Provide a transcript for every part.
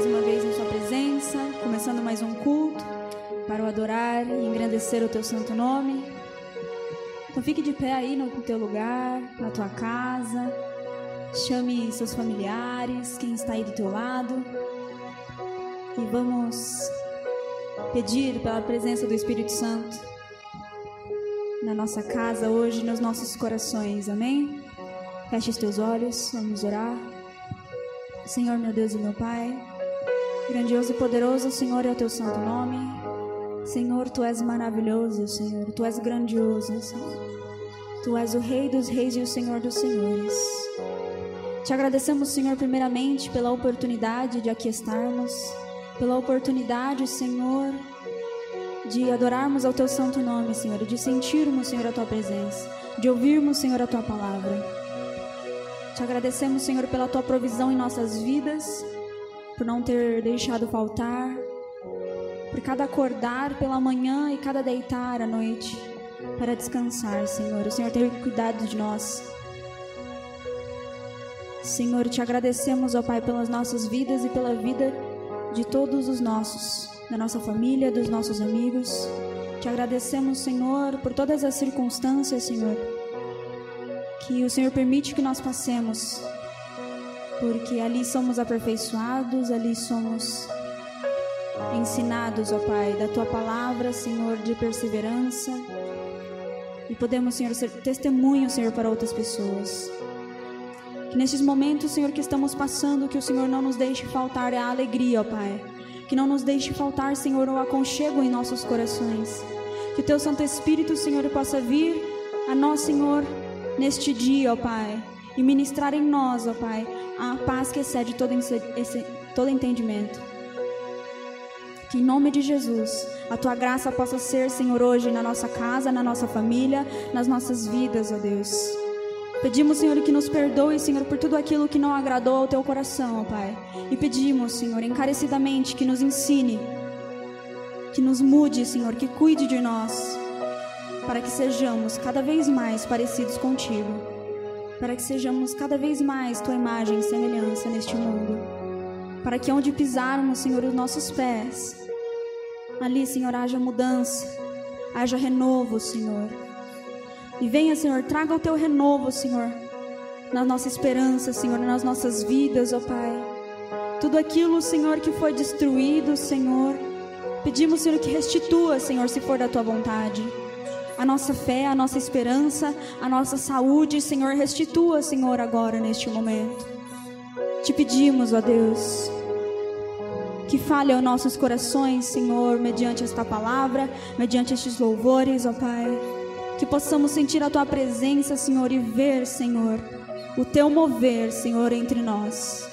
mais uma vez em sua presença, começando mais um culto para o adorar e engrandecer o teu santo nome. Então fique de pé aí no teu lugar, na tua casa, chame seus familiares, quem está aí do teu lado, e vamos pedir pela presença do Espírito Santo na nossa casa hoje, nos nossos corações, amém? Feche os teus olhos, vamos orar. Senhor, meu Deus e meu Pai, grandioso e poderoso, Senhor, é o teu santo nome. Senhor, Tu és maravilhoso, Senhor, Tu és grandioso, Senhor. Tu és o Rei dos reis e o Senhor dos senhores. Te agradecemos, Senhor, primeiramente pela oportunidade de aqui estarmos, pela oportunidade, Senhor, de adorarmos ao Teu santo nome, Senhor, de sentirmos, Senhor, a Tua presença, de ouvirmos, Senhor, a Tua palavra. Te agradecemos, Senhor, pela Tua provisão em nossas vidas, por não ter deixado faltar, por cada acordar pela manhã e cada deitar à noite para descansar, Senhor. O Senhor teve cuidado de nós. Senhor, Te agradecemos, ó Pai, pelas nossas vidas e pela vida de todos os nossos, da nossa família, dos nossos amigos. Te agradecemos, Senhor, por todas as circunstâncias, Senhor, que o Senhor permite que nós passemos, porque ali somos aperfeiçoados, ali somos ensinados, ó Pai, da Tua palavra, Senhor, de perseverança, e podemos, Senhor, ser testemunho, Senhor, para outras pessoas. Que nesses momentos, Senhor, que estamos passando, que o Senhor não nos deixe faltar a alegria, ó Pai, que não nos deixe faltar, Senhor, o aconchego em nossos corações, que o Teu Santo Espírito, Senhor, possa vir a nós, Senhor, neste dia, ó Pai, e ministrar em nós, ó Pai, a paz que excede todo entendimento. Que em nome de Jesus, a Tua graça possa ser, Senhor, hoje na nossa casa, na nossa família, nas nossas vidas, ó Deus. Pedimos, Senhor, que nos perdoe, Senhor, por tudo aquilo que não agradou ao Teu coração, ó Pai. E pedimos, Senhor, encarecidamente que nos ensine, que nos mude, Senhor, que cuide de nós, para que sejamos cada vez mais parecidos contigo, para que sejamos cada vez mais Tua imagem e semelhança neste mundo, para que onde pisarmos, Senhor, os nossos pés, ali, Senhor, haja mudança, haja renovo, Senhor. E venha, Senhor, traga o Teu renovo, Senhor, na nossa esperança, Senhor, nas nossas vidas, ó Pai. Tudo aquilo, Senhor, que foi destruído, Senhor, pedimos, Senhor, que restitua, Senhor, se for da Tua vontade. A nossa fé, a nossa esperança, a nossa saúde, Senhor, restitua, Senhor, agora, neste momento. Te pedimos, ó Deus, que fale aos nossos corações, Senhor, mediante esta palavra, mediante estes louvores, ó Pai. Que possamos sentir a Tua presença, Senhor, e ver, Senhor, o Teu mover, Senhor, entre nós.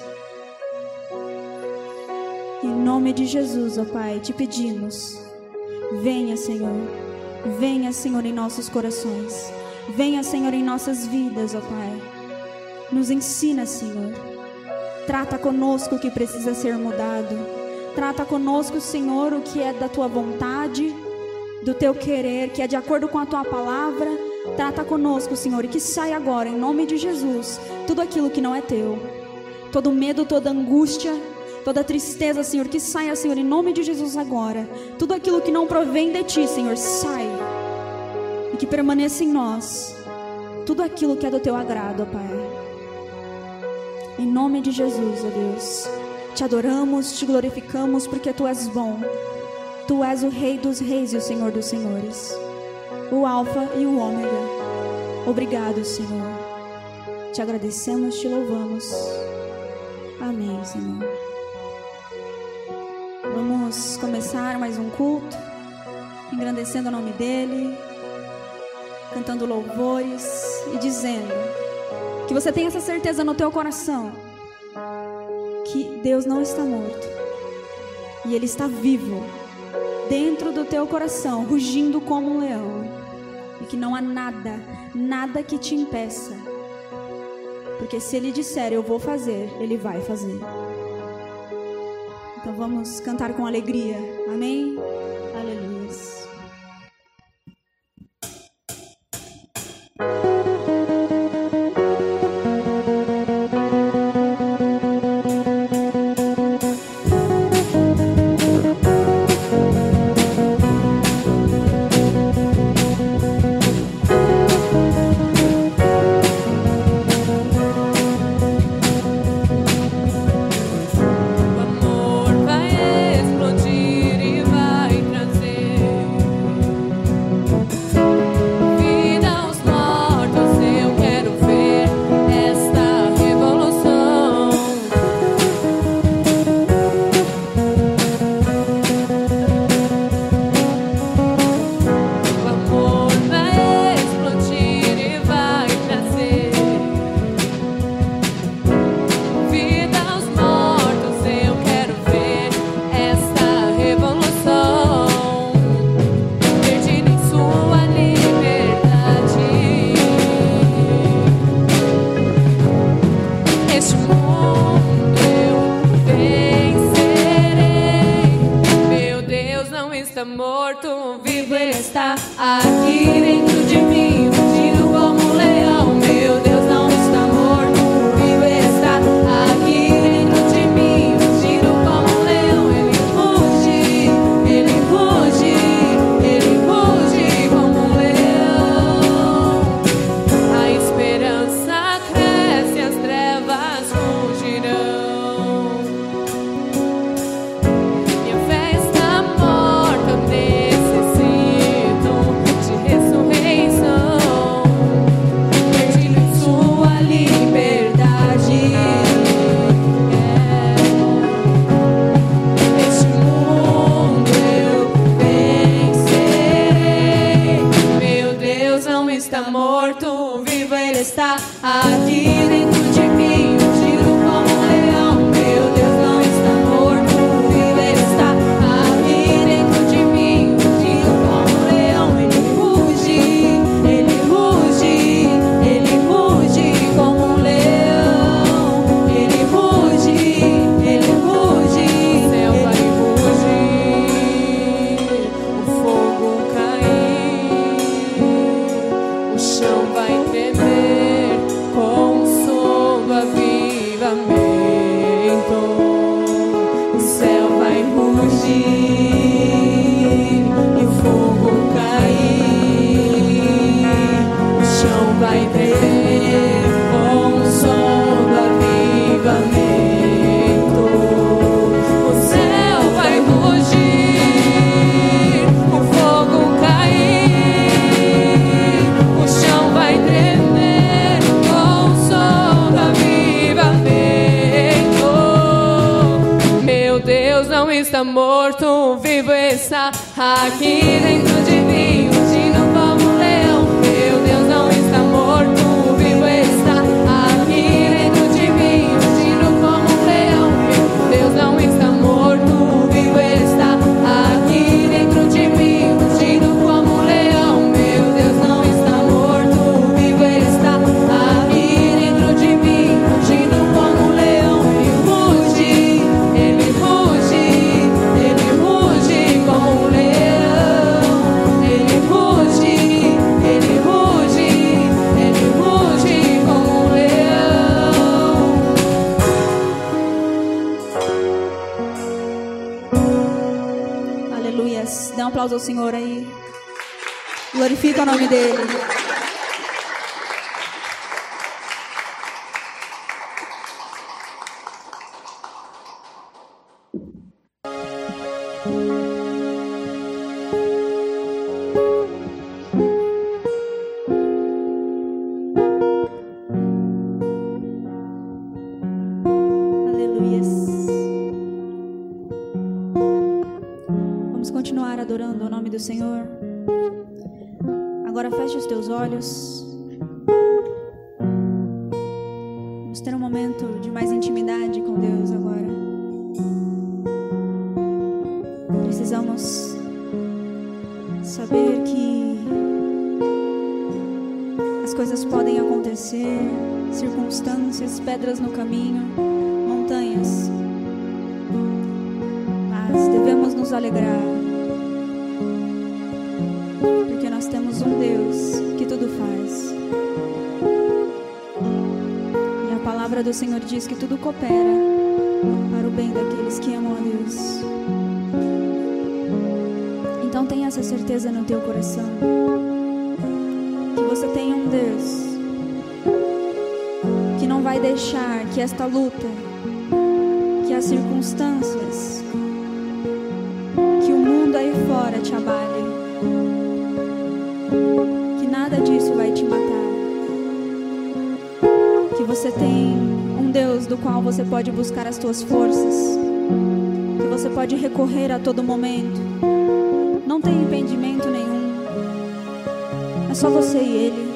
Em nome de Jesus, ó Pai, te pedimos, venha, Senhor. Venha, Senhor, em nossos corações. Venha, Senhor, em nossas vidas, ó Pai. Nos ensina, Senhor. Trata conosco o que precisa ser mudado. Trata conosco, Senhor, o que é da Tua vontade, do Teu querer, que é de acordo com a Tua palavra. Trata conosco, Senhor, e que saia agora, em nome de Jesus, tudo aquilo que não é Teu. Todo medo, toda angústia, toda tristeza, Senhor, que saia, Senhor, em nome de Jesus agora. Tudo aquilo que não provém de Ti, Senhor, sai. E que permaneça em nós tudo aquilo que é do Teu agrado, ó Pai. Em nome de Jesus, ó Deus, Te adoramos, Te glorificamos, porque Tu és bom. Tu és o Rei dos reis e o Senhor dos senhores, o Alfa e o Ômega. Obrigado, Senhor. Te agradecemos, Te louvamos. Amém, Senhor. Vamos começar mais um culto, engrandecendo o nome dEle, cantando louvores e dizendo que você tenha essa certeza no teu coração que Deus não está morto e Ele está vivo dentro do teu coração, rugindo como um leão, e que não há nada que te impeça, porque se Ele disser eu vou fazer, Ele vai fazer. Então vamos cantar com alegria, amém? Aleluia. está morto, vivo Ele está aqui dentro de mim, rugindo como um leão. Meu Deus não está morto, vivo Ele está aqui dentro de mim, rugindo como um leão. Ele ruge, Ele ruge, Ele ruge como um leão. A esperança cresce, as trevas fugirão. Minha fé está morta, necessito de ressurreição. Perdido em sua liberdade. Neste mundo eu vencerei. Meu Deus não está morto, vivo Ele está aqui dentro de mim, rugindo como um leão. Meu Deus não está morto, vivo Ele está aqui dentro de mim, rugindo como um leão. Ele ruge, Ele ruge, Ele ruge como um leão. Ele ruge, Ele ruge, o céu vai rugir, o fogo cair, o chão vai tremer com o som do avivamento. O céu vai rugir e o fogo cair. O chão vai tremer com o som do avivamento. O céu vai rugir, o fogo cair. O chão vai tremer com o som do avivamento. Meu Deus não está morto, vivo está aqui dentro de mim, rugindo como um leão. Meu Deus não está morto, vivo está aqui dentro de mim, rugindo como um leão. Meu Deus não está morto, vivo está aqui dentro de mim, rugindo como um leão. Meu Deus não está morto, vivo está aqui dentro de mim, rugindo como um leão. Ele ruge, Ele ruge, Ele ruge como um leão. Ele ruge, Ele ruge, Ele ruge como um leão. Aleluias. Dá um aplauso ao Senhor aí. Glorifica o nome dele. Aleluias. Vamos continuar adorando o nome do Senhor. Agora feche os teus olhos. Vamos ter um momento de mais intimidade com Deus agora. Precisamos saber que as coisas podem acontecer, circunstâncias, pedras no caminho, montanhas, mas devemos nos alegrar, porque nós temos um Deus que tudo faz. E a palavra do Senhor diz que tudo coopera para o bem daqueles que amam a Deus. Então tenha essa certeza no teu coração, que você tem um Deus que não vai deixar que esta luta, que as circunstâncias, que o mundo aí fora te abale, que nada disso vai te matar, que você tem um Deus do qual você pode buscar as tuas forças, que você pode recorrer a todo momento. Não tem impedimento nenhum, é só você e Ele.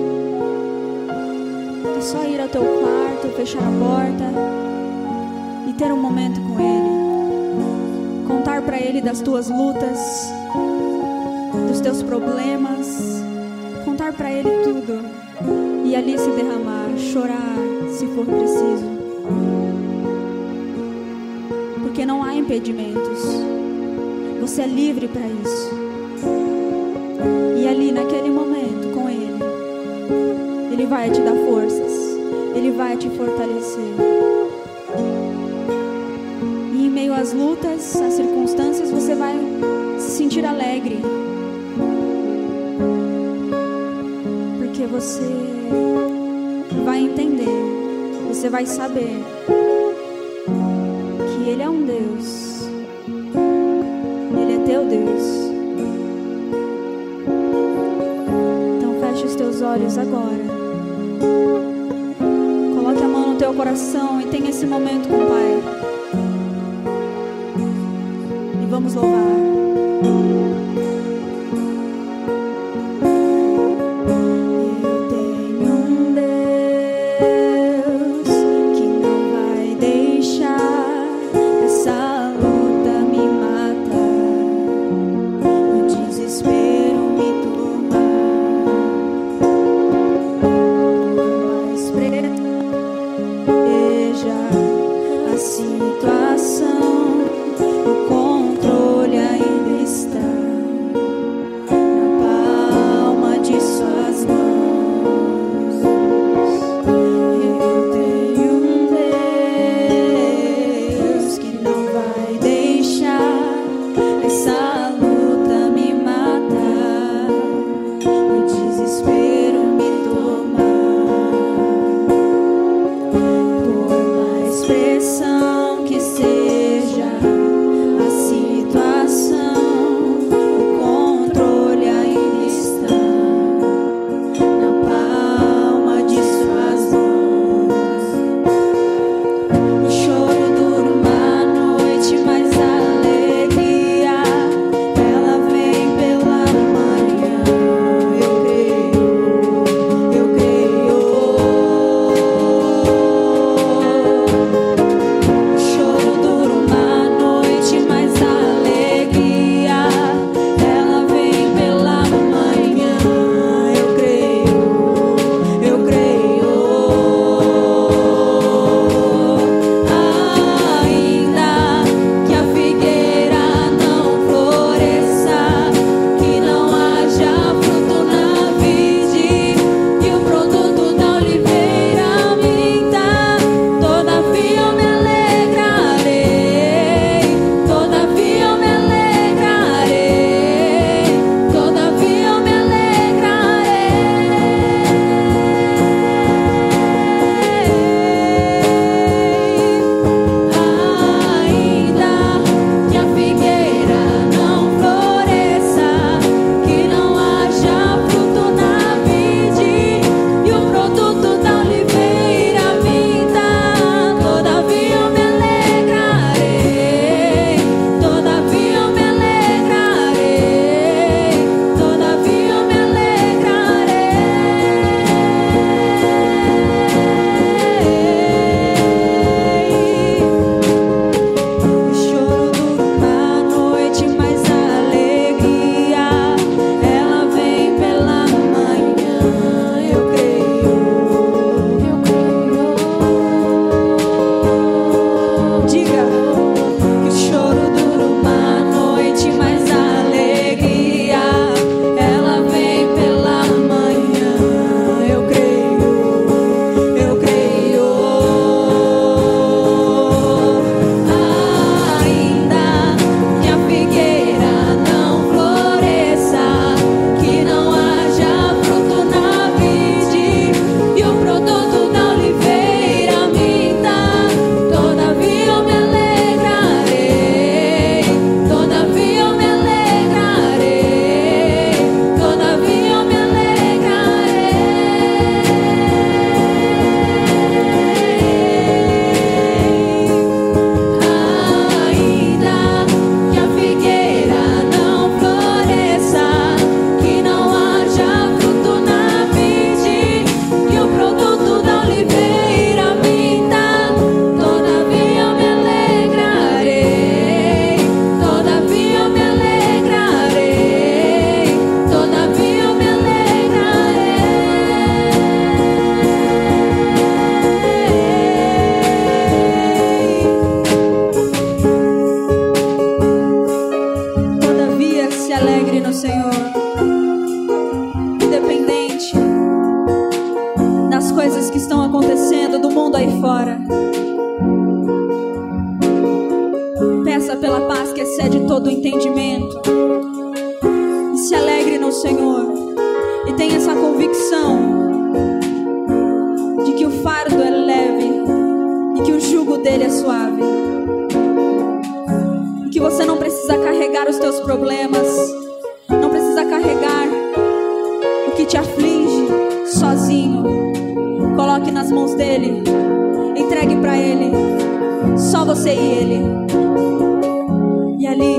É só ir ao teu quarto, fechar a porta e ter um momento com Ele. Contar para Ele das tuas lutas, dos teus problemas. Contar para Ele tudo. E ali se derramar, chorar se for preciso. Porque não há impedimentos. Você é livre para isso. E ali naquele momento com Ele, Ele vai te dar forças, Ele vai te fortalecer. E em meio às lutas, às circunstâncias, você vai se sentir alegre, porque você vai entender, você vai saber que Ele é um Deus, Ele é teu Deus. Então feche os teus olhos agora, coloque a mão no teu coração e tenha esse momento com o Pai. E vamos louvar. Situação, o controle ainda fortaleza pela paz que excede todo o entendimento. E se alegre no Senhor. E tenha essa convicção de que o fardo é leve e que o jugo dele é suave. E que você não precisa carregar os teus problemas, não precisa carregar o que te aflige sozinho. Coloque nas mãos dele, entregue para ele, só você e ele. E ali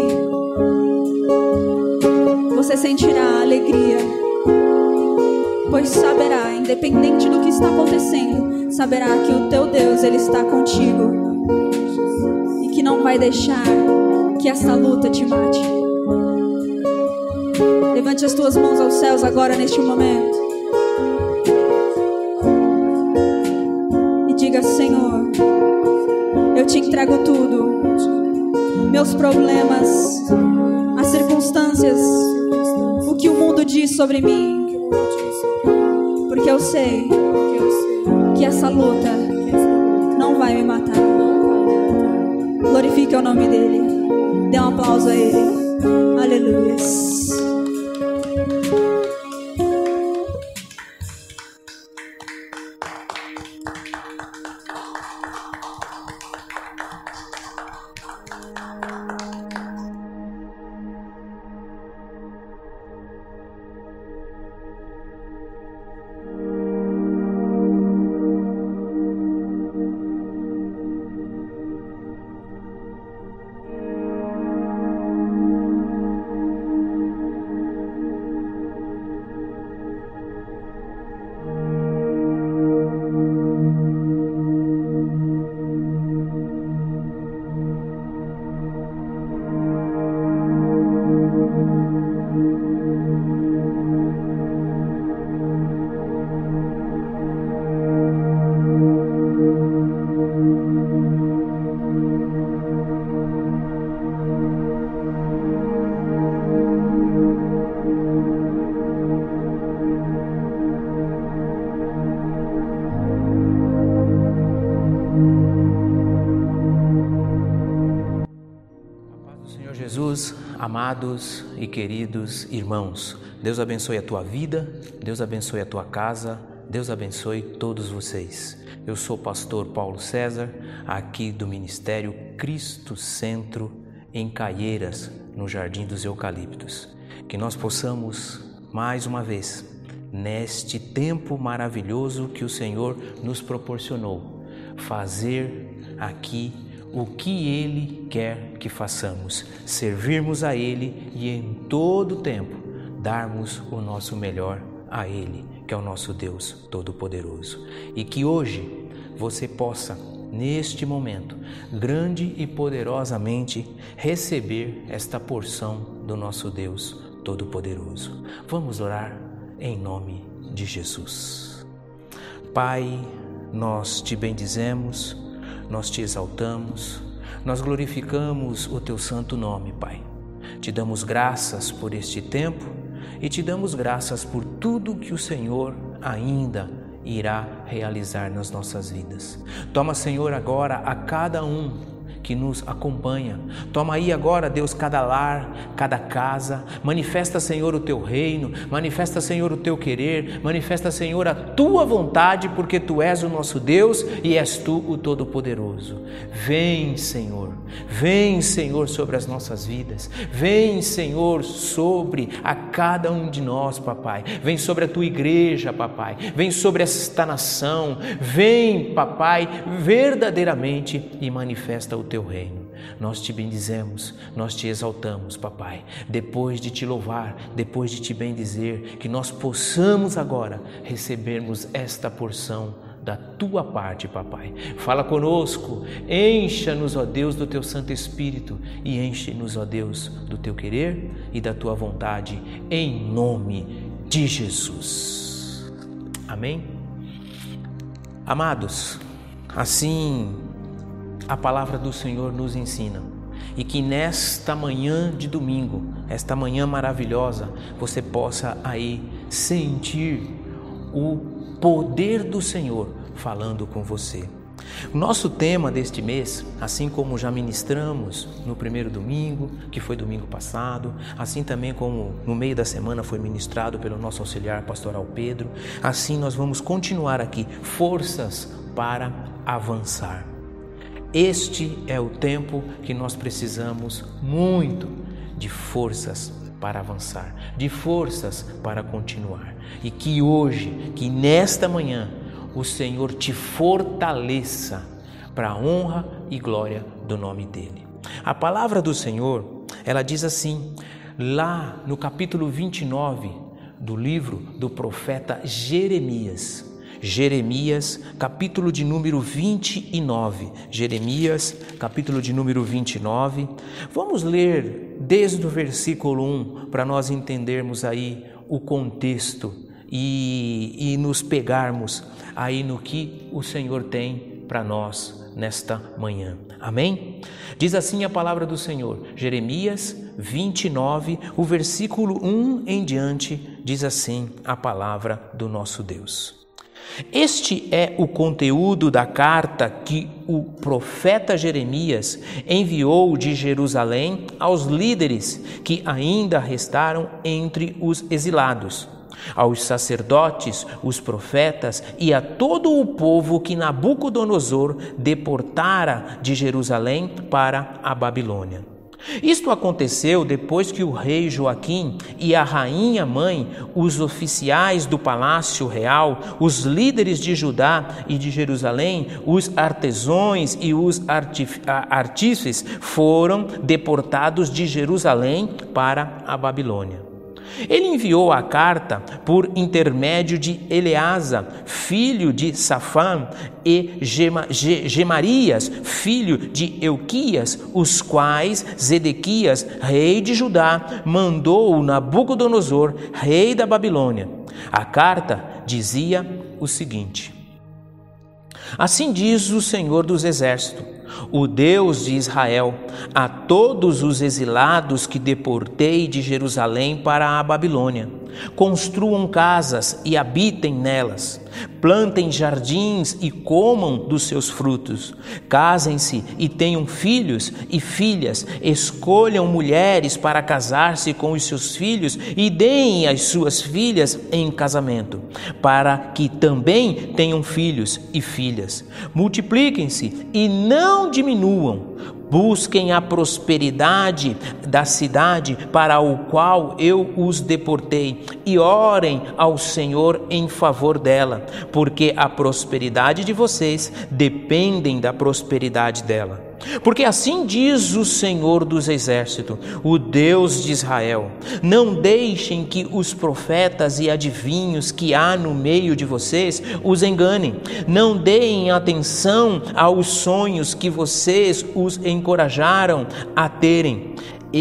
você sentirá alegria, pois saberá, independente do que está acontecendo, saberá que o teu Deus, ele está contigo e que não vai deixar que esta luta te mate. Levante as tuas mãos aos céus agora neste momento e diga: Senhor, eu te entrego tudo, meus problemas, as circunstâncias, o que o mundo diz sobre mim, porque eu sei que essa luta não vai me matar. Glorifique o nome dele, dê um aplauso a ele. Aleluia. Jesus, amados e queridos irmãos, Deus abençoe a tua vida, Deus abençoe a tua casa, Deus abençoe todos vocês. Eu sou o pastor Paulo César, aqui do Ministério Cristo Centro, em Caieiras, no Jardim dos Eucaliptos. Que nós possamos, mais uma vez, neste tempo maravilhoso que o Senhor nos proporcionou, fazer aqui o que Ele quer que façamos, servirmos a Ele e em todo tempo darmos o nosso melhor a Ele, que é o nosso Deus Todo-Poderoso. E que hoje você possa, neste momento, grande e poderosamente receber esta porção do nosso Deus Todo-Poderoso. Vamos orar em nome de Jesus. Pai, nós te bendizemos, nós te exaltamos, nós glorificamos o teu santo nome, Pai. Te damos graças por este tempo e te damos graças por tudo que o Senhor ainda irá realizar nas nossas vidas. Toma, Senhor, agora a cada um que nos acompanha. Toma aí agora, Deus, cada lar, cada casa. Manifesta, Senhor, o teu reino. Manifesta, Senhor, o teu querer. Manifesta, Senhor, a tua vontade, porque tu és o nosso Deus e és tu o Todo-Poderoso. Vem, Senhor. Vem, Senhor, sobre as nossas vidas. Vem, Senhor, sobre a cada um de nós, papai. Vem sobre a tua igreja, papai. Vem sobre esta nação. Vem, papai, verdadeiramente e manifesta o teu reino. Nós te bendizemos, nós te exaltamos, papai. Depois de te louvar, depois de te bendizer, que nós possamos agora recebermos esta porção da tua parte, papai. Fala conosco, encha-nos, ó Deus, do teu Santo Espírito e enche-nos, ó Deus, do teu querer e da tua vontade, em nome de Jesus. Amém? Amados, assim a palavra do Senhor nos ensina, e que nesta manhã de domingo, esta manhã maravilhosa, você possa aí sentir o poder do Senhor falando com você. O nosso tema deste mês, assim como já ministramos no primeiro domingo, que foi domingo passado, assim também como no meio da semana foi ministrado pelo nosso auxiliar pastoral Pedro, assim nós vamos continuar aqui, forças para avançar. Este é o tempo que nós precisamos muito de forças para avançar, de forças para continuar. E que hoje, que nesta manhã, o Senhor te fortaleça para a honra e glória do nome dEle. A palavra do Senhor, ela diz assim, lá no capítulo 29 do livro do profeta Jeremias. Jeremias, capítulo de número 29. Jeremias, capítulo de número 29. Vamos ler desde o versículo 1 para nós entendermos aí o contexto e nos pegarmos aí no que o Senhor tem para nós nesta manhã. Amém? Diz assim a palavra do Senhor, Jeremias 29, o versículo 1 em diante, diz assim a palavra do nosso Deus. Este é o conteúdo da carta que o profeta Jeremias enviou de Jerusalém aos líderes que ainda restaram entre os exilados, aos sacerdotes, os profetas e a todo o povo que Nabucodonosor deportara de Jerusalém para a Babilônia. Isto aconteceu depois que o rei Joaquim e a rainha mãe, os oficiais do palácio real, os líderes de Judá e de Jerusalém, os artesãos e os artífices foram deportados de Jerusalém para a Babilônia. Ele enviou a carta por intermédio de Eleasa, filho de Safã, e Gemarias, filho de Euquias, os quais Zedequias, rei de Judá, mandou Nabucodonosor, rei da Babilônia. A carta dizia o seguinte: Assim diz o Senhor dos Exércitos, o Deus de Israel, a todos os exilados que deportei de Jerusalém para a Babilônia: construam casas e habitem nelas, plantem jardins e comam dos seus frutos, casem-se e tenham filhos e filhas, escolham mulheres para casar-se com os seus filhos e deem as suas filhas em casamento, para que também tenham filhos e filhas. Multipliquem-se e não diminuam. Busquem a prosperidade da cidade para o qual eu os deportei e orem ao Senhor em favor dela, porque a prosperidade de vocês depende da prosperidade dela. Porque assim diz o Senhor dos Exércitos, o Deus de Israel: não deixem que os profetas e adivinhos que há no meio de vocês os enganem. Não deem atenção aos sonhos que vocês os encorajaram a terem.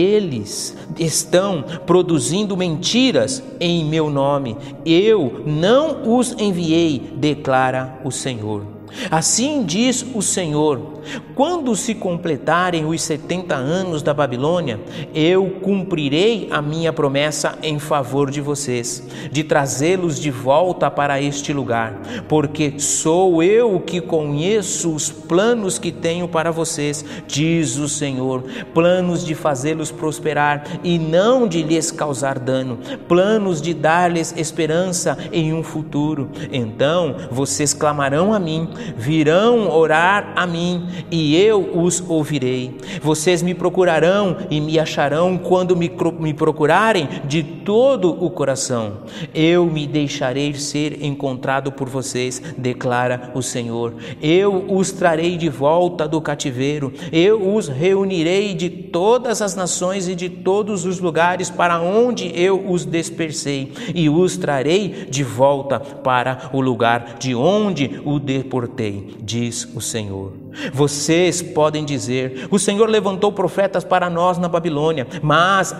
Eles estão produzindo mentiras em meu nome. Eu não os enviei, declara o Senhor. Assim diz o Senhor: quando se completarem os 70 anos da Babilônia, eu cumprirei a minha promessa em favor de vocês, de trazê-los de volta para este lugar, porque sou eu que conheço os planos que tenho para vocês, diz o Senhor, planos de fazê-los prosperar e não de lhes causar dano, planos de dar-lhes esperança em um futuro. Então vocês clamarão a mim, virão orar a mim e eu os ouvirei. Vocês me procurarão e me acharão quando me procurarem de todo o coração. Eu me deixarei ser encontrado por vocês, declara o Senhor. Eu os trarei de volta do cativeiro. Eu os reunirei de todas as nações e de todos os lugares para onde eu os dispersei e os trarei de volta para o lugar de onde o deportei, diz o Senhor. Vocês podem dizer: o Senhor levantou profetas para nós na Babilônia, mas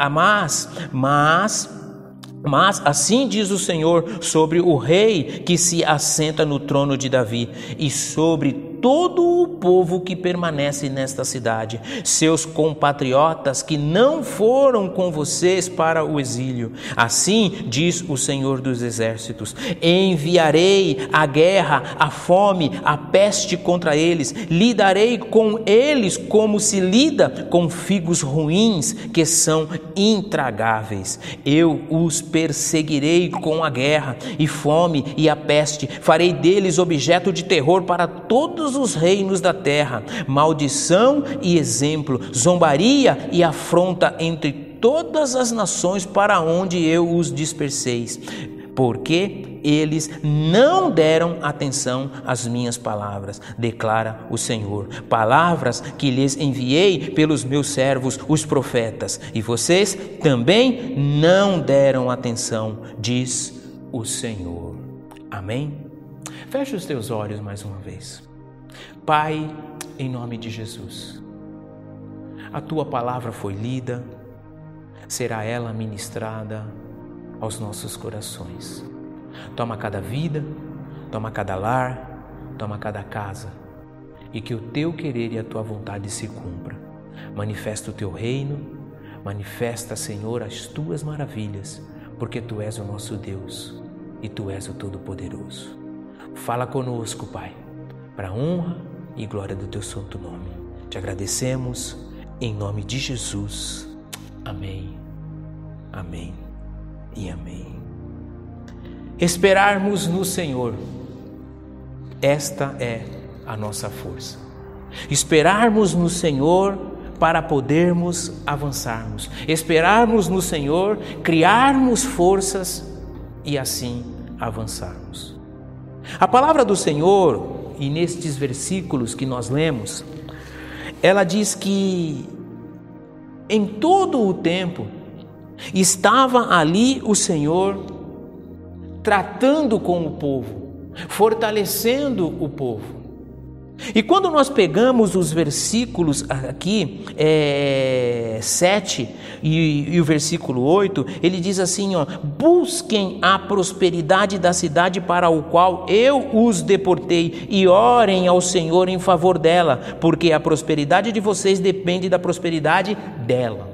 assim diz o Senhor sobre o rei que se assenta no trono de Davi e sobre todo o povo que permanece nesta cidade, seus compatriotas que não foram com vocês para o exílio. Assim diz o Senhor dos Exércitos: enviarei a guerra, a fome, a peste contra eles, lidarei com eles como se lida com figos ruins que são intragáveis. Eu os perseguirei com a guerra e fome e a peste, farei deles objeto de terror para todos os reinos da terra, maldição e exemplo, zombaria e afronta entre todas as nações para onde eu os disperseis, porque eles não deram atenção às minhas palavras, declara o Senhor, palavras que lhes enviei pelos meus servos, os profetas, e vocês também não deram atenção, diz o Senhor. Amém? Feche os teus olhos mais uma vez. Pai, em nome de Jesus, a tua palavra foi lida, será ela ministrada aos nossos corações. Toma cada vida, toma cada lar, toma cada casa, e que o teu querer e a tua vontade se cumpra. Manifesta o teu reino, manifesta, Senhor, as tuas maravilhas, porque tu és o nosso Deus e tu és o Todo-Poderoso. Fala conosco, Pai, para a honra e glória do teu santo nome. Te agradecemos em nome de Jesus. Amém, amém e amém. Esperarmos no Senhor, esta é a nossa força. Esperarmos no Senhor para podermos avançarmos. Esperarmos no Senhor, criarmos forças e assim avançarmos. A palavra do Senhor, e nestes versículos que nós lemos, ela diz que em todo o tempo estava ali o Senhor tratando com o povo, fortalecendo o povo. E quando nós pegamos os versículos aqui, 7 e o versículo 8, ele diz assim, busquem a prosperidade da cidade para o qual eu os deportei e orem ao Senhor em favor dela, porque a prosperidade de vocês depende da prosperidade dela.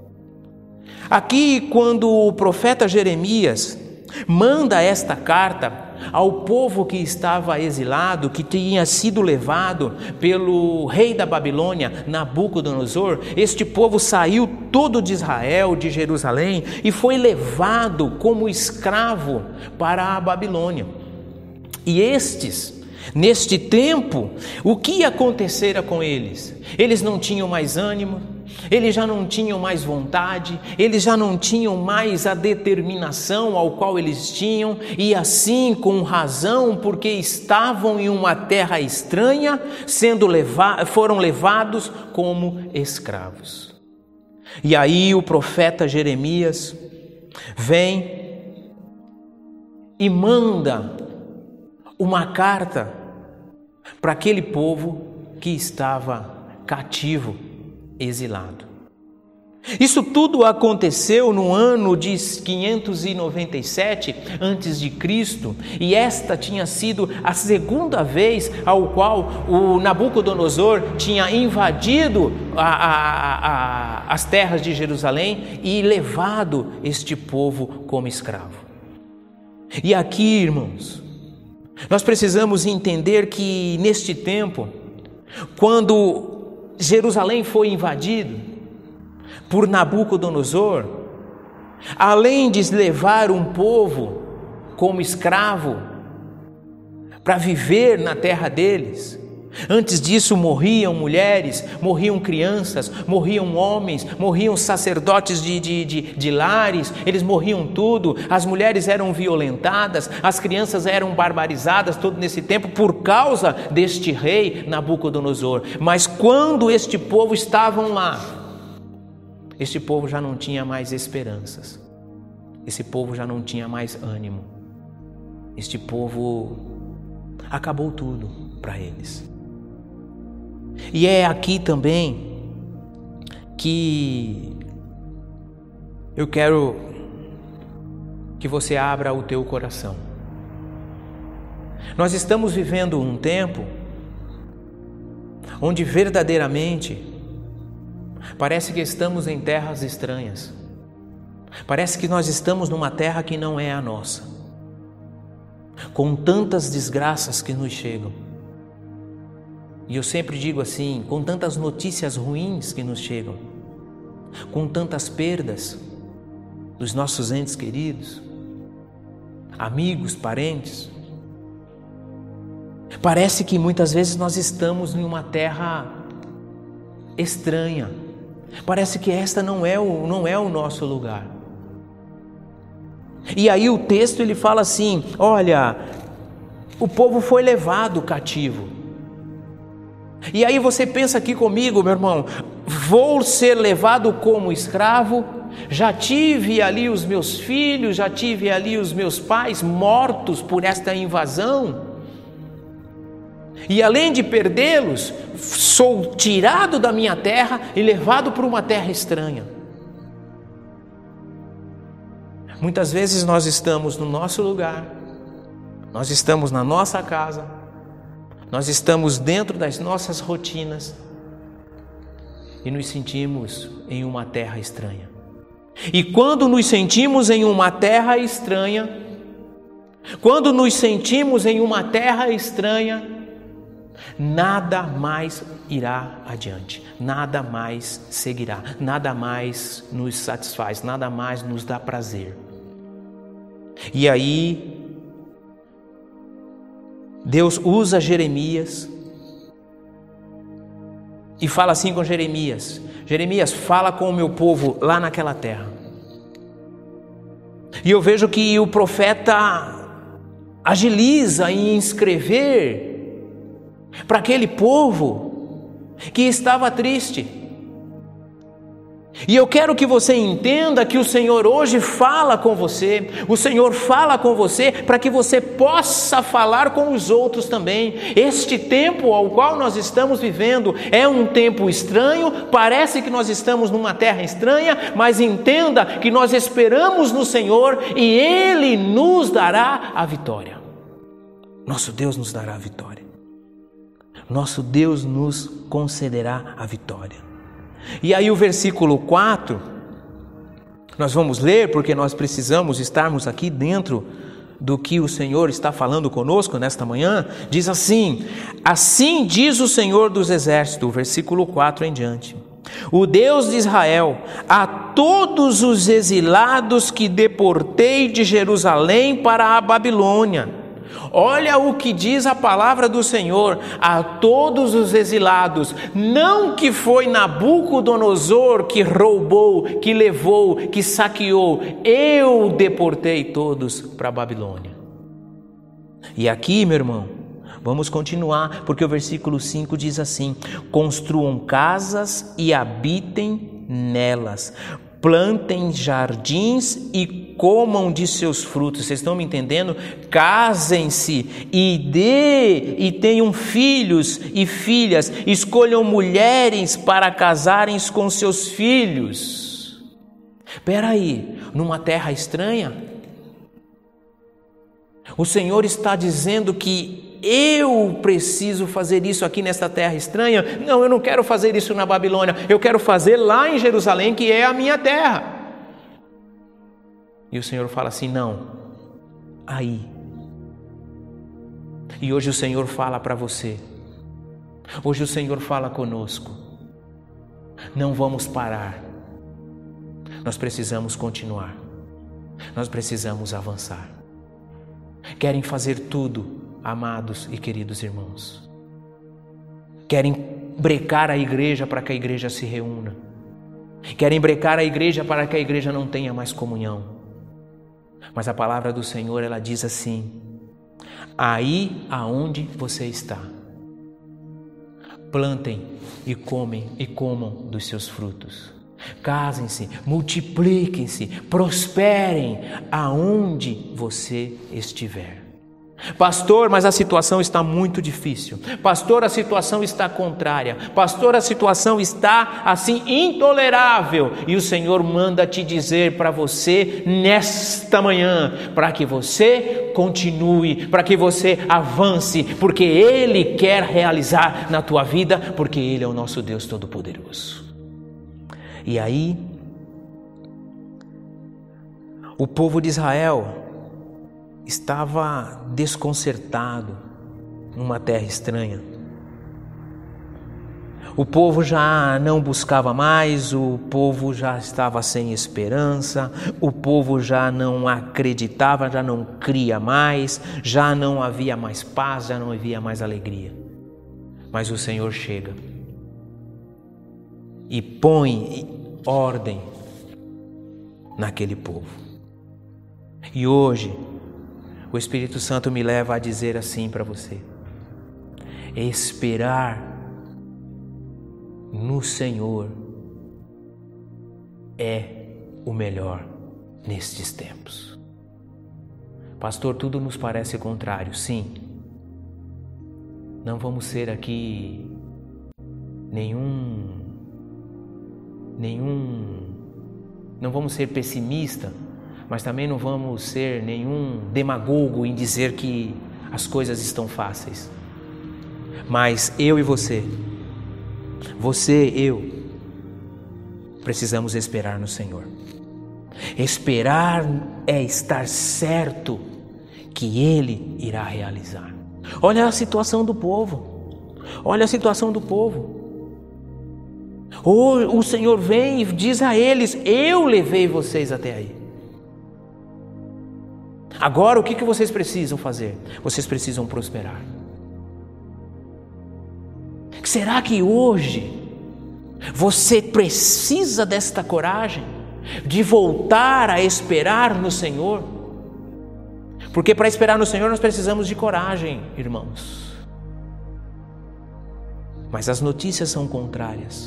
Aqui, quando o profeta Jeremias manda esta carta ao povo que estava exilado, que tinha sido levado pelo rei da Babilônia, Nabucodonosor, este povo saiu todo de Israel, de Jerusalém, e foi levado como escravo para a Babilônia. E estes, neste tempo, o que acontecera com eles? Eles não tinham mais ânimo, eles já não tinham mais vontade, eles já não tinham mais a determinação ao qual eles tinham, e assim com razão, porque estavam em uma terra estranha, foram levados como escravos. E aí o profeta Jeremias vem e manda uma carta para aquele povo que estava cativo, exilado. Isso tudo aconteceu no ano de 597 a.C., e esta tinha sido a segunda vez ao qual o Nabucodonosor tinha invadido as terras de Jerusalém e levado este povo como escravo. E aqui, irmãos, nós precisamos entender que neste tempo, quando Jerusalém foi invadido por Nabucodonosor, além de levar um povo como escravo para viver na terra deles, antes disso morriam mulheres, morriam crianças, morriam homens, morriam sacerdotes de lares, eles morriam tudo, as mulheres eram violentadas, as crianças eram barbarizadas todo nesse tempo por causa deste rei Nabucodonosor. Mas quando este povo estavam lá, este povo já não tinha mais esperanças, esse povo já não tinha mais ânimo, este povo acabou tudo para eles. E é aqui também que eu quero que você abra o teu coração. Nós estamos vivendo um tempo onde verdadeiramente parece que estamos em terras estranhas. Parece que nós estamos numa terra que não é a nossa, com tantas desgraças que nos chegam. E eu sempre digo assim, com tantas notícias ruins que nos chegam, com tantas perdas dos nossos entes queridos, amigos, parentes. Parece que muitas vezes nós estamos em uma terra estranha. Parece que esta não é o nosso lugar. E aí o texto ele fala assim: olha, o povo foi levado cativo. E aí você pensa aqui comigo, meu irmão, vou ser levado como escravo? Já tive ali os meus filhos, já tive ali os meus pais mortos por esta invasão. E além de perdê-los, sou tirado da minha terra e levado para uma terra estranha. Muitas vezes nós estamos no nosso lugar, nós estamos na nossa casa, nós estamos dentro das nossas rotinas e nos sentimos em uma terra estranha. E quando nos sentimos em uma terra estranha, nada mais irá adiante, nada mais seguirá, nada mais nos satisfaz, nada mais nos dá prazer. E aí, Deus usa Jeremias e fala assim com Jeremias: Jeremias, fala com o meu povo lá naquela terra. E eu vejo que o profeta agiliza em escrever para aquele povo que estava triste. E eu quero que você entenda que o Senhor hoje fala com você, o Senhor fala com você para que você possa falar com os outros também. Este tempo ao qual nós estamos vivendo é um tempo estranho, parece que nós estamos numa terra estranha, mas entenda que nós esperamos no Senhor e Ele nos dará a vitória. Nosso Deus nos dará a vitória. Nosso Deus nos concederá a vitória. E aí o versículo 4, nós vamos ler porque nós precisamos estarmos aqui dentro do que o Senhor está falando conosco nesta manhã. Diz assim: assim diz o Senhor dos Exércitos, versículo 4 em diante: o Deus de Israel, a todos os exilados que deportei de Jerusalém para a Babilônia. Olha o que diz a palavra do Senhor: a todos os exilados, não que foi Nabucodonosor que roubou, que levou, que saqueou, eu deportei todos para a Babilônia. E aqui, meu irmão, vamos continuar, porque o versículo 5 diz assim: construam casas e habitem nelas, plantem jardins e comam de seus frutos. Vocês estão me entendendo? Casem-se e tenham filhos e filhas. Escolham mulheres para casarem com seus filhos. Espera aí, numa terra estranha? O Senhor está dizendo que eu preciso fazer isso aqui nesta terra estranha? Não, eu não quero fazer isso na Babilônia, eu quero fazer lá em Jerusalém, que é a minha terra. E o Senhor fala assim: não, aí. E hoje o Senhor fala para você, hoje o Senhor fala conosco: não vamos parar, nós precisamos continuar, nós precisamos avançar. Querem fazer tudo, amados e queridos irmãos. Querem brecar a igreja para que a igreja se reúna. Querem brecar a igreja para que a igreja não tenha mais comunhão. Mas a palavra do Senhor, ela diz assim: aí aonde você está, plantem e comam dos seus frutos. Casem-se, multipliquem-se, prosperem aonde você estiver. Pastor, mas a situação está muito difícil. Pastor, a situação está contrária. Pastor, a situação está assim intolerável. E o Senhor manda te dizer para você nesta manhã, para que você continue, para que você avance, porque Ele quer realizar na tua vida, porque Ele é o nosso Deus Todo-Poderoso. E aí, o povo de Israel estava desconcertado numa terra estranha. O povo já não buscava mais, o povo já estava sem esperança, o povo já não acreditava, já não cria mais, já não havia mais paz, já não havia mais alegria. Mas o Senhor chega e põe ordem naquele povo. E hoje, o Espírito Santo me leva a dizer assim para você: esperar no Senhor é o melhor nestes tempos. Pastor, tudo nos parece contrário. Sim, não vamos ser aqui não vamos ser pessimistas, mas também não vamos ser nenhum demagogo em dizer que as coisas estão fáceis. Mas eu e você, eu, precisamos esperar no Senhor. Esperar é estar certo que Ele irá realizar. Olha a situação do povo. Olha a situação do povo. O Senhor vem e diz a eles: eu levei vocês até aí. Agora o que vocês precisam fazer? Vocês precisam prosperar. Será que hoje você precisa desta coragem de voltar a esperar no Senhor? Porque para esperar no Senhor nós precisamos de coragem, irmãos. Mas as notícias são contrárias.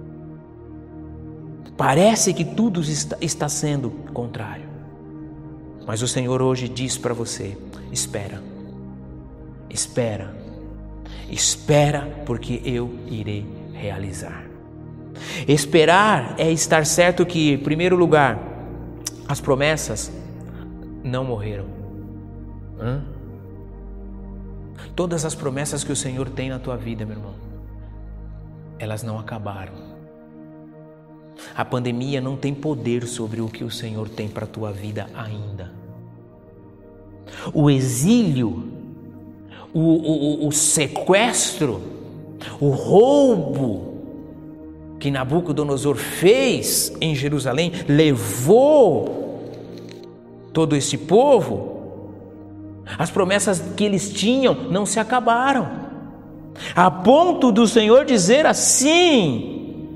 Parece que tudo está sendo contrário. Mas o Senhor hoje diz para você: espera, porque eu irei realizar. Esperar é estar certo que, em primeiro lugar, as promessas não morreram. Todas as promessas que o Senhor tem na tua vida, meu irmão, elas não acabaram. A pandemia não tem poder sobre o que o Senhor tem para a tua vida ainda. O exílio, o sequestro, o roubo que Nabucodonosor fez em Jerusalém, levou todo este povo. As promessas que eles tinham não se acabaram, a ponto do Senhor dizer assim: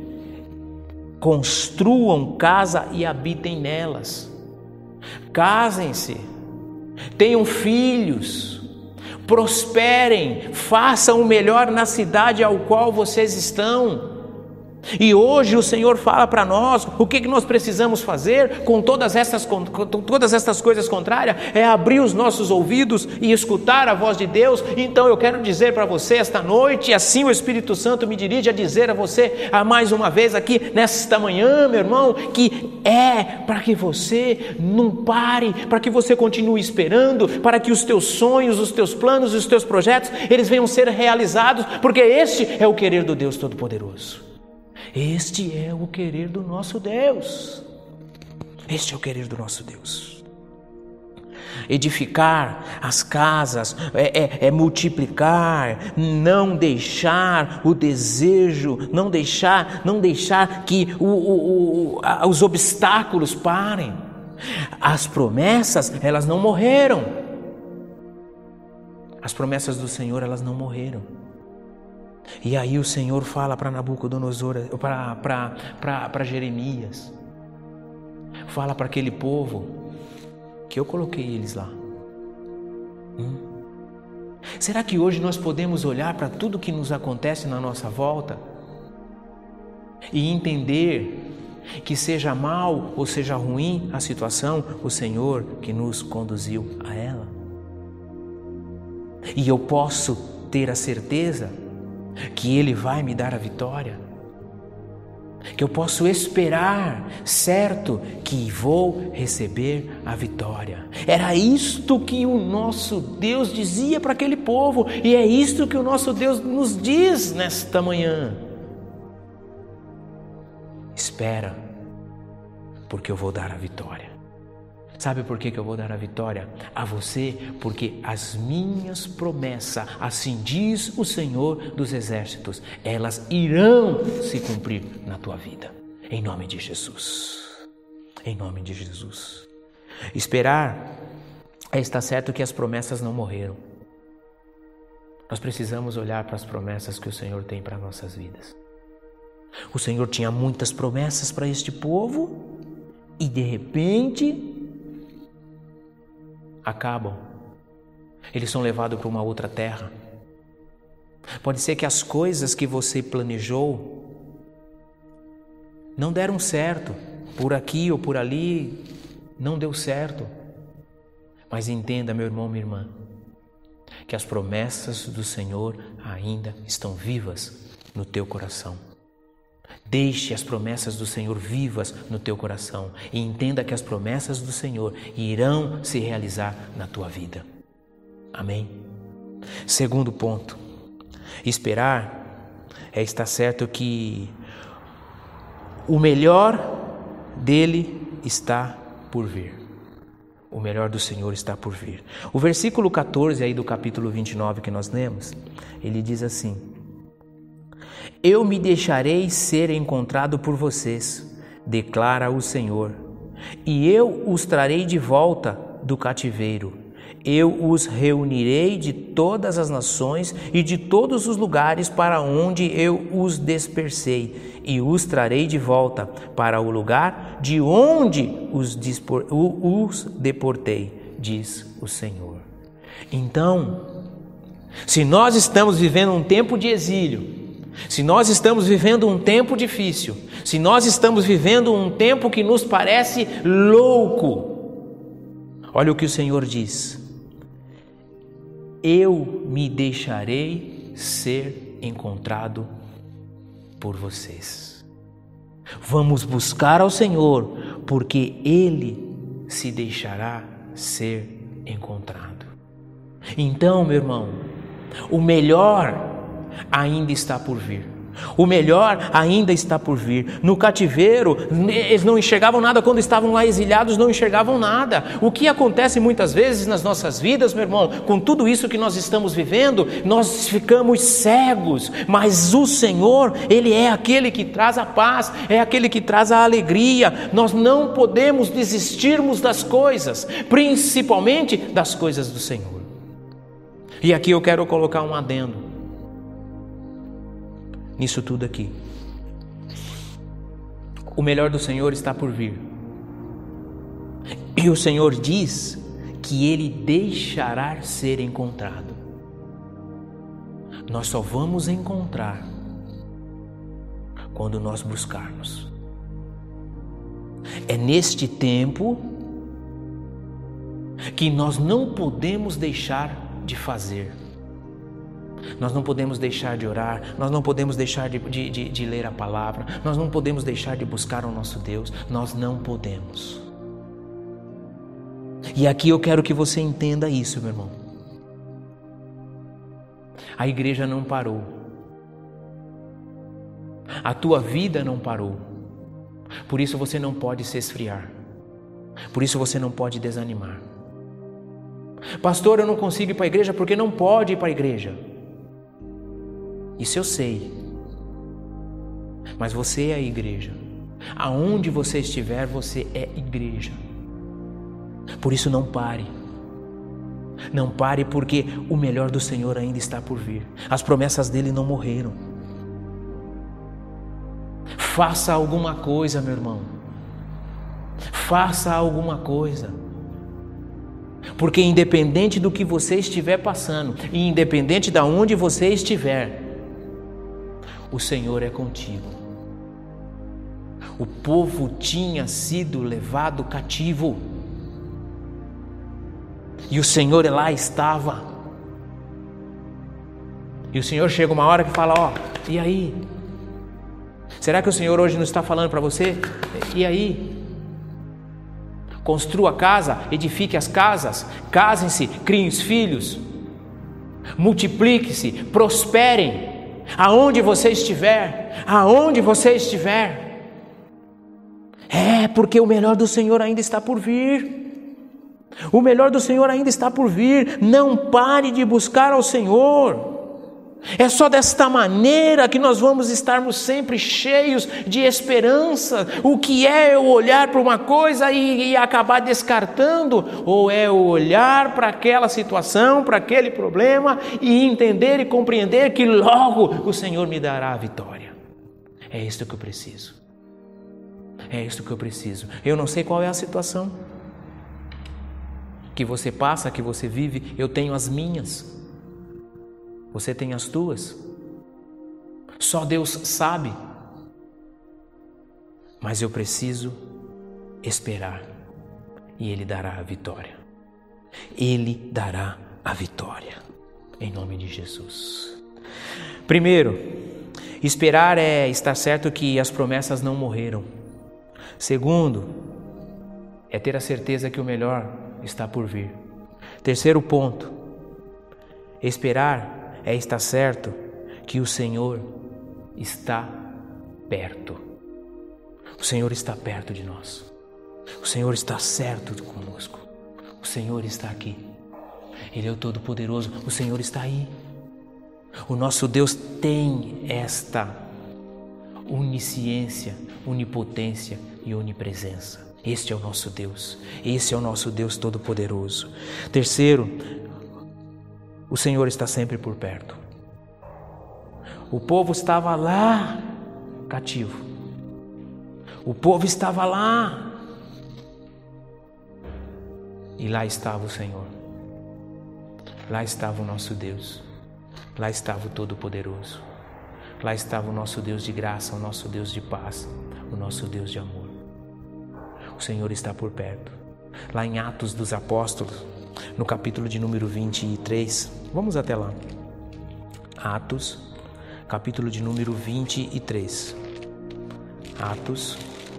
construam casa e habitem nelas. Casem-se, tenham filhos, prosperem, façam o melhor na cidade ao qual vocês estão. E hoje o Senhor fala para nós o que nós precisamos fazer com todas estas coisas contrárias. É abrir os nossos ouvidos e escutar a voz de Deus. Então eu quero dizer para você esta noite, e assim o Espírito Santo me dirige a dizer a você mais uma vez aqui nesta manhã, meu irmão, que é para que você não pare, para que você continue esperando, para que os teus sonhos, os teus planos, os teus projetos, eles venham ser realizados, porque este é o querer do Deus Todo-Poderoso. Este é o querer do nosso Deus. Este é o querer do nosso Deus. Edificar as casas é multiplicar, não deixar o desejo, não deixar que os obstáculos parem. As promessas, elas não morreram. As promessas do Senhor, elas não morreram. E aí o Senhor fala para Nabucodonosor, para Jeremias, fala para aquele povo que eu coloquei eles lá. Será que hoje nós podemos olhar para tudo que nos acontece na nossa volta e entender que, seja mal ou seja ruim a situação, o Senhor que nos conduziu a ela? e eu posso ter a certeza que Ele vai me dar a vitória, que eu posso esperar, certo, que vou receber a vitória. Era isto que o nosso Deus dizia para aquele povo, e é isto que o nosso Deus nos diz nesta manhã. Espera, porque eu vou dar a vitória. Sabe por que eu vou dar a vitória a você? Porque as minhas promessas, assim diz o Senhor dos Exércitos, elas irão se cumprir na tua vida. Em nome de Jesus. Em nome de Jesus. Esperar é estar certo que as promessas não morreram. Nós precisamos olhar para as promessas que o Senhor tem para nossas vidas. O Senhor tinha muitas promessas para este povo e de repente acabam. Eles são levados para uma outra terra. Pode ser que as coisas que você planejou não deram certo, por aqui ou por ali não deu certo. Mas entenda, meu irmão, minha irmã, que as promessas do Senhor ainda estão vivas no teu coração. Deixe as promessas do Senhor vivas no teu coração e entenda que as promessas do Senhor irão se realizar na tua vida. Amém? Segundo ponto, esperar é estar certo que o melhor dele está por vir. O melhor do Senhor está por vir. O versículo 14 aí do capítulo 29 que nós lemos, ele diz assim: eu me deixarei ser encontrado por vocês, declara o Senhor, e eu os trarei de volta do cativeiro. Eu os reunirei de todas as nações e de todos os lugares para onde eu os dispersei, e os trarei de volta para o lugar de onde os deportei, diz o Senhor. Então, se nós estamos vivendo um tempo de exílio, se nós estamos vivendo um tempo difícil, se nós estamos vivendo um tempo que nos parece louco, olha o que o Senhor diz: eu me deixarei ser encontrado por vocês. Vamos buscar ao Senhor, porque Ele se deixará ser encontrado. Então, meu irmão, o melhor ainda está por vir. O melhor ainda está por vir. No cativeiro, eles não enxergavam nada. Quando estavam lá exiliados, não enxergavam nada. O que acontece muitas vezes nas nossas vidas, meu irmão, com tudo isso que nós estamos vivendo, nós ficamos cegos. Mas o Senhor, Ele é aquele que traz a paz, é aquele que traz a alegria. Nós não podemos desistirmos das coisas, principalmente das coisas do Senhor. E aqui eu quero colocar um adendo nisso tudo aqui. O melhor do Senhor está por vir. E o Senhor diz que Ele deixará ser encontrado. Nós só vamos encontrar quando nós buscarmos. É neste tempo que nós não podemos deixar de fazer. Nós não podemos deixar de orar, nós não podemos deixar de ler a palavra, nós não podemos deixar de buscar o nosso Deus, nós não podemos. E aqui eu quero que você entenda isso, meu irmão. A igreja não parou, a tua vida não parou, por isso você não pode se esfriar, por isso você não pode desanimar. Pastor, eu não consigo ir para a igreja porque não pode ir para a igreja. Isso eu sei, mas você é a igreja. Aonde você estiver, você é igreja. Por isso não pare. Não pare, porque o melhor do Senhor ainda está por vir. As promessas dele não morreram. Faça alguma coisa, meu irmão. Faça alguma coisa. Porque independente do que você estiver passando, e independente de onde você estiver, o Senhor é contigo. O povo tinha sido levado cativo e o Senhor lá estava. E o Senhor chega uma hora que fala, ó, e aí? Será que o Senhor hoje não está falando para você? E aí? Construa casa, edifique as casas, casem-se, criem os filhos, multiplique-se, prosperem, aonde você estiver, porque o melhor do Senhor ainda está por vir, não pare de buscar ao Senhor. É só desta maneira que nós vamos estarmos sempre cheios de esperança. O que é eu olhar para uma coisa e acabar descartando? Ou é eu olhar para aquela situação, para aquele problema e entender e compreender que logo o Senhor me dará a vitória? É isto que eu preciso. Eu não sei qual é a situação que você passa, que você vive. Eu tenho as minhas. Você tem as tuas. Só Deus sabe. Mas eu preciso esperar. E Ele dará a vitória. Ele dará a vitória. Em nome de Jesus. Primeiro, esperar é estar certo que as promessas não morreram. Segundo, é ter a certeza que o melhor está por vir. Terceiro ponto, esperar é estar certo que o Senhor está perto. O Senhor está perto de nós. O Senhor está certo conosco. O Senhor está aqui. Ele é o Todo-Poderoso. O Senhor está aí. O nosso Deus tem esta onisciência, onipotência e onipresença. Este é o nosso Deus. Esse é o nosso Deus Todo-Poderoso. Terceiro, o Senhor está sempre por perto. O povo estava lá, cativo. O povo estava lá. E lá estava o Senhor. Lá estava o nosso Deus. Lá estava o Todo-Poderoso. Lá estava o nosso Deus de graça, o nosso Deus de paz, o nosso Deus de amor. O Senhor está por perto. Lá em Atos dos Apóstolos, no capítulo de número 23, vamos até lá. Atos, capítulo de número 23. Atos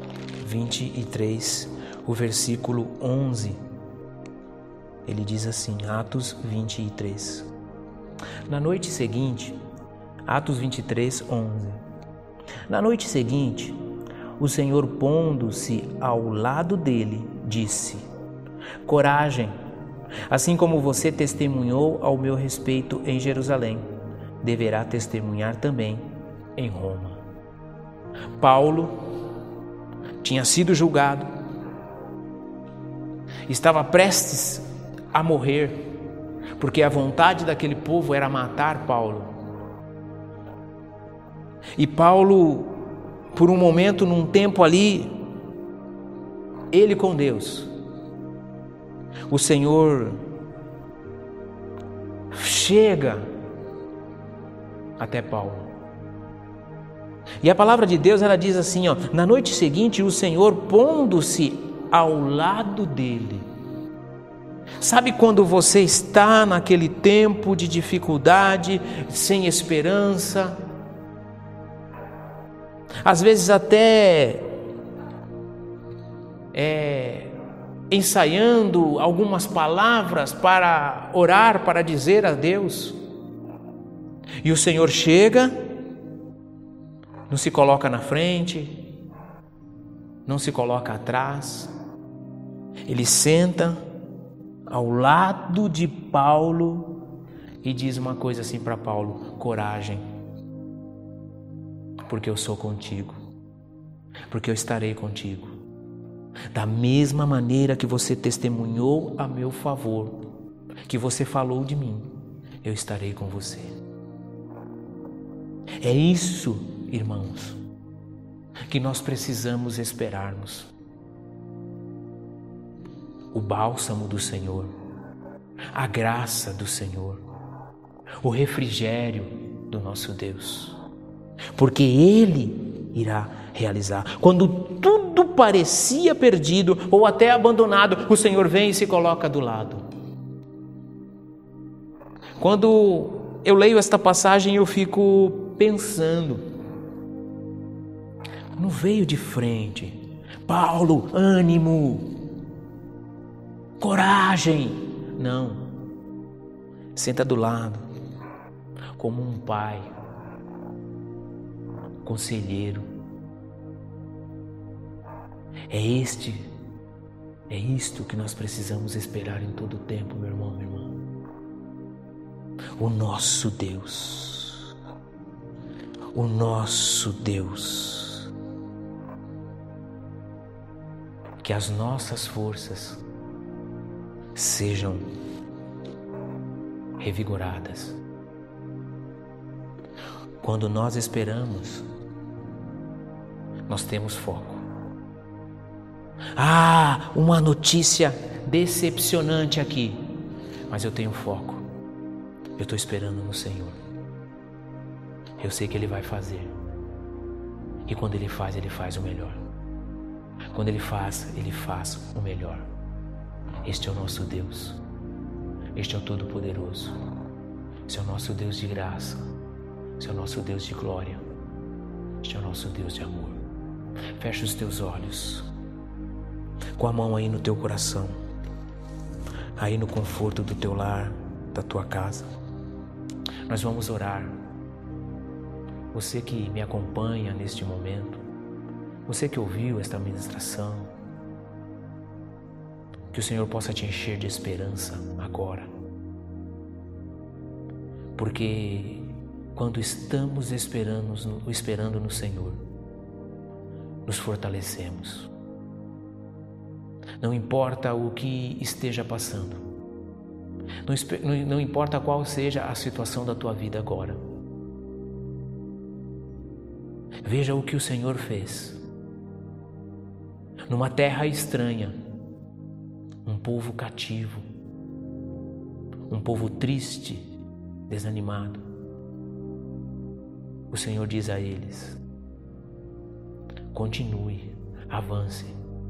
23, o versículo 11. Ele diz assim, Atos 23. Na noite seguinte, Atos 23, 11. Na noite seguinte, o Senhor, pondo-se ao lado dele, disse: coragem, assim como você testemunhou ao meu respeito em Jerusalém, deverá testemunhar também em Roma. Paulo tinha sido julgado, estava prestes a morrer, porque a vontade daquele povo era matar Paulo. E Paulo, por um momento, num tempo ali, ele com Deus, o Senhor chega até Paulo. E a palavra de Deus, ela diz assim, ó, na noite seguinte, o Senhor, pondo-se ao lado dele. Sabe quando você está naquele tempo de dificuldade, sem esperança, às vezes até ensaiando algumas palavras para orar, para dizer a Deus, e o Senhor chega, não se coloca na frente, não se coloca atrás, ele senta ao lado de Paulo e diz uma coisa assim para Paulo: coragem, porque eu sou contigo, porque eu estarei contigo. Da mesma maneira que você testemunhou a meu favor, que você falou de mim, eu estarei com você. É isso, irmãos, que nós precisamos esperarmos. O bálsamo do Senhor, a graça do Senhor, o refrigério do nosso Deus, porque Ele irá realizar. Quando tudo parecia perdido ou até abandonado, o Senhor vem e se coloca do lado. Quando eu leio esta passagem e eu fico pensando, não veio de frente, Paulo, ânimo, coragem, não, senta do lado, como um pai, conselheiro. É isto que nós precisamos esperar em todo o tempo, meu irmão, minha irmã. O nosso Deus, que as nossas forças sejam revigoradas. Quando nós esperamos, nós temos foco. Uma notícia decepcionante aqui, mas eu tenho foco. Eu estou esperando no Senhor. Eu sei que Ele vai fazer. E quando Ele faz o melhor. Quando Ele faz o melhor. Este é o nosso Deus. Este é o Todo-Poderoso. Este é o nosso Deus de graça. Este é o nosso Deus de glória. Este é o nosso Deus de amor. Fecha os teus olhos. Com a mão aí no teu coração. Aí no conforto do teu lar, da tua casa. Nós vamos orar. Você que me acompanha neste momento, você que ouviu esta ministração, que o Senhor possa te encher de esperança agora. Porque quando estamos esperando no Senhor, nos fortalecemos. Não importa o que esteja passando. Não importa qual seja a situação da tua vida agora. Veja o que o Senhor fez. Numa terra estranha, um povo cativo, um povo triste, desanimado. O Senhor diz a eles: continue, avance.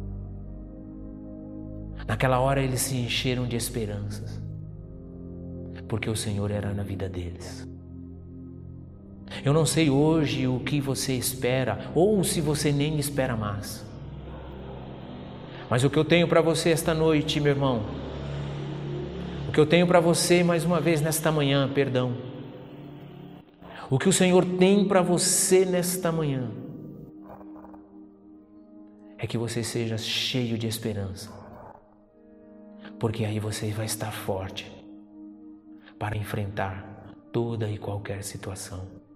Naquela hora eles se encheram de esperanças, porque o Senhor era na vida deles. Eu não sei hoje o que você espera, ou se você nem espera mais. Mas o que eu tenho para você esta noite, meu irmão, o que eu tenho para você mais uma vez nesta manhã, o que o Senhor tem para você nesta manhã, é que você seja cheio de esperança, porque aí você vai estar forte para enfrentar toda e qualquer situação.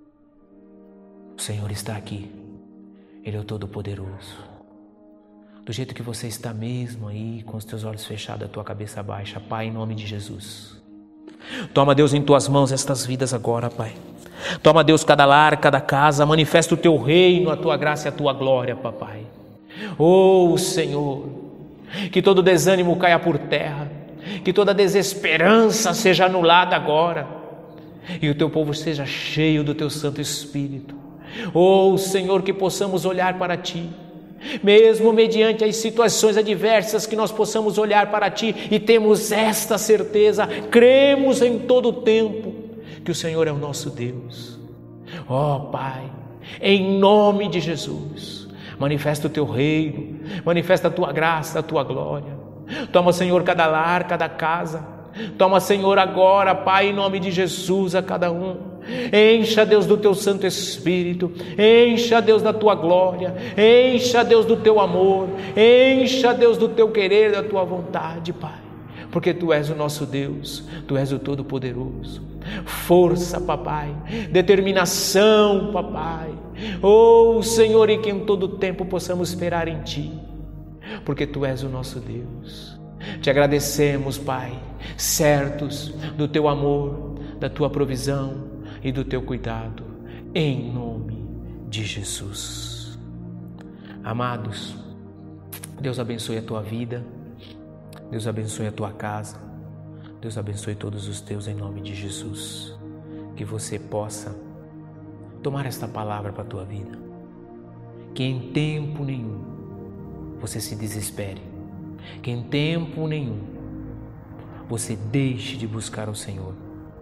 O Senhor está aqui, Ele é o Todo-Poderoso. Do jeito que você está mesmo aí, com os teus olhos fechados, a tua cabeça baixa, Pai, em nome de Jesus. Toma, Deus, em tuas mãos estas vidas agora, Pai. Toma, Deus, cada lar, cada casa, manifesta o teu reino, a tua graça e a tua glória, Papai. Oh, Senhor, que todo desânimo caia por terra, que toda desesperança seja anulada agora, e o teu povo seja cheio do teu Santo Espírito. Oh, Senhor, que possamos olhar para Ti, mesmo mediante as situações adversas, que nós possamos olhar para Ti e temos esta certeza, cremos em todo o tempo que o Senhor é o nosso Deus. Ó Pai, em nome de Jesus, manifesta o Teu reino, manifesta a Tua graça, a Tua glória. Toma, Senhor, cada lar, cada casa. Toma, Senhor, agora, Pai, em nome de Jesus, a cada um. Encha, Deus, do Teu Santo Espírito. Encha, Deus, da Tua glória. Encha, Deus, do Teu amor. Encha, Deus, do Teu querer, da Tua vontade, Pai. Porque Tu és o nosso Deus. Tu és o Todo-Poderoso. Força, Papai. Determinação, Papai. Oh, Senhor, e que em todo tempo possamos esperar em Ti. Porque Tu és o nosso Deus. Te agradecemos, Pai, certos do Teu amor, da Tua provisão e do Teu cuidado, em nome de Jesus. Amados, Deus abençoe a tua vida, Deus abençoe a tua casa, Deus abençoe todos os teus em nome de Jesus. Que você possa tomar esta palavra para a tua vida, que em tempo nenhum você se desespere, que em tempo nenhum você deixe de buscar o Senhor,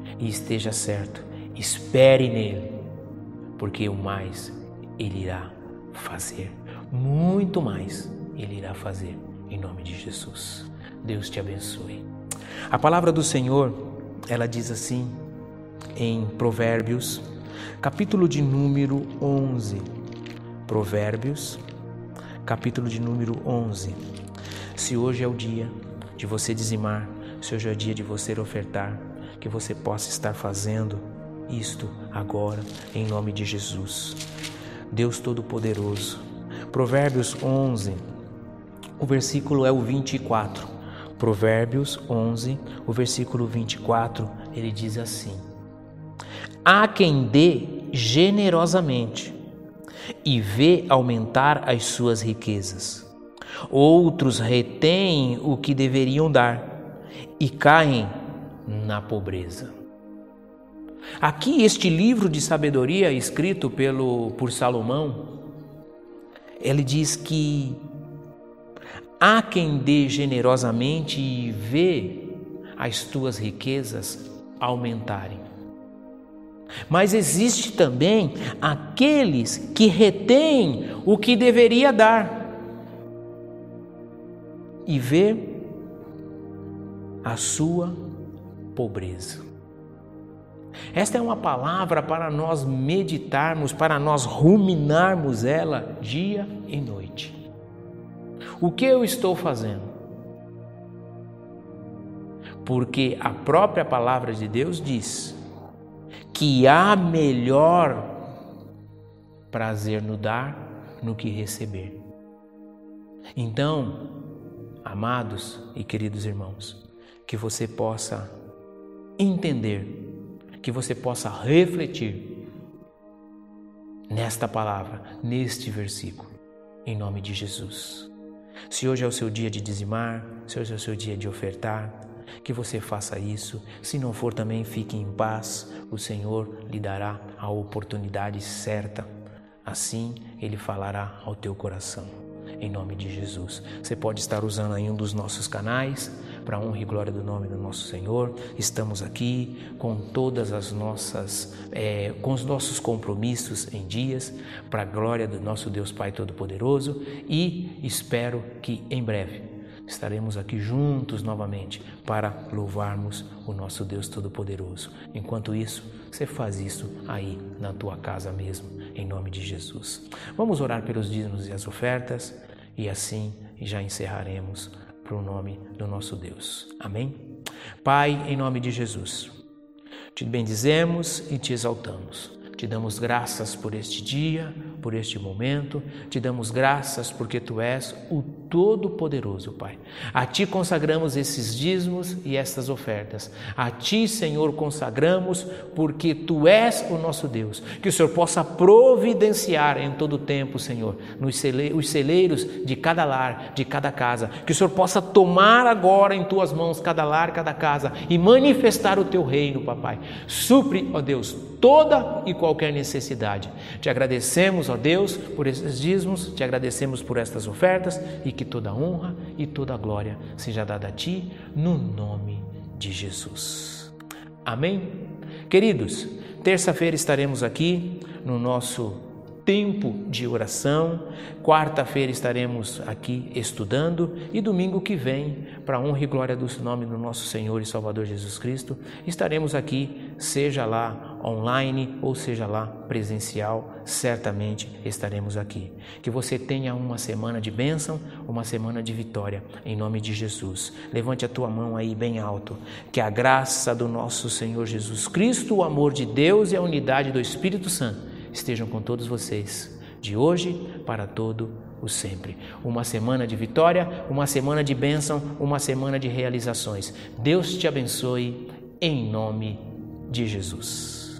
E esteja certo, espere nele, porque o mais ele irá fazer, muito mais ele irá fazer, em nome de Jesus. Deus te abençoe. A palavra do Senhor, ela diz assim em Provérbios, capítulo de número 11. Provérbios, capítulo de número 11. Se hoje é o dia de você dizimar, se hoje é o dia de você ofertar, que você possa estar fazendo isto agora, em nome de Jesus. Deus Todo-Poderoso. Provérbios 11, o versículo é o 24. Provérbios 11, o versículo 24, ele diz assim: há quem dê generosamente e vê aumentar as suas riquezas. Outros retêm o que deveriam dar e caem na pobreza. Aqui, este livro de sabedoria escrito por Salomão, ele diz que há quem dê generosamente e vê as tuas riquezas aumentarem. Mas existe também aqueles que retêm o que deveria dar e vê a sua pobreza. Esta é uma palavra para nós meditarmos, para nós ruminarmos ela dia e noite. O que eu estou fazendo? Porque a própria palavra de Deus diz que há melhor prazer no dar no que receber. Então, amados e queridos irmãos, que você possa entender, que você possa refletir nesta palavra, neste versículo, em nome de Jesus. Se hoje é o seu dia de dizimar, se hoje é o seu dia de ofertar, que você faça isso. Se não for também, fique em paz, o Senhor lhe dará a oportunidade certa. Assim, Ele falará ao teu coração, em nome de Jesus. Você pode estar usando aí um dos nossos canais, para a honra e glória do nome do nosso Senhor. Estamos aqui com todas as nossas, com os nossos compromissos em dias, para a glória do nosso Deus Pai Todo-Poderoso, e espero que em breve estaremos aqui juntos novamente para louvarmos o nosso Deus Todo-Poderoso. Enquanto isso, você faz isso aí na tua casa mesmo, em nome de Jesus. Vamos orar pelos dízimos e as ofertas e assim já encerraremos para o nome do nosso Deus. Amém? Pai, em nome de Jesus, te bendizemos e te exaltamos. Te damos graças por este dia, por este momento. Te damos graças porque Tu és o Todo-Poderoso, Pai. A Ti consagramos esses dízimos e estas ofertas. A Ti, Senhor, consagramos porque Tu és o nosso Deus. Que o Senhor possa providenciar em todo o tempo, Senhor, os celeiros de cada lar, de cada casa. Que o Senhor possa tomar agora em Tuas mãos cada lar, cada casa e manifestar o Teu reino, Papai. Supre, ó Deus, toda e qualquer necessidade. Te agradecemos, ó Deus, por esses dízimos, te agradecemos por estas ofertas e que toda honra e toda glória seja dada a Ti, no nome de Jesus. Amém? Queridos, terça-feira estaremos aqui no nosso tempo de oração, quarta-feira estaremos aqui estudando e domingo que vem, para a honra e glória do nome do nosso Senhor e Salvador Jesus Cristo, estaremos aqui, seja lá online ou seja lá presencial, certamente estaremos aqui. Que você tenha uma semana de bênção, uma semana de vitória, em nome de Jesus. Levante a tua mão aí bem alto, que a graça do nosso Senhor Jesus Cristo, o amor de Deus e a unidade do Espírito Santo estejam com todos vocês, de hoje para todo o sempre. Uma semana de vitória, uma semana de bênção, uma semana de realizações. Deus te abençoe em nome de Jesus.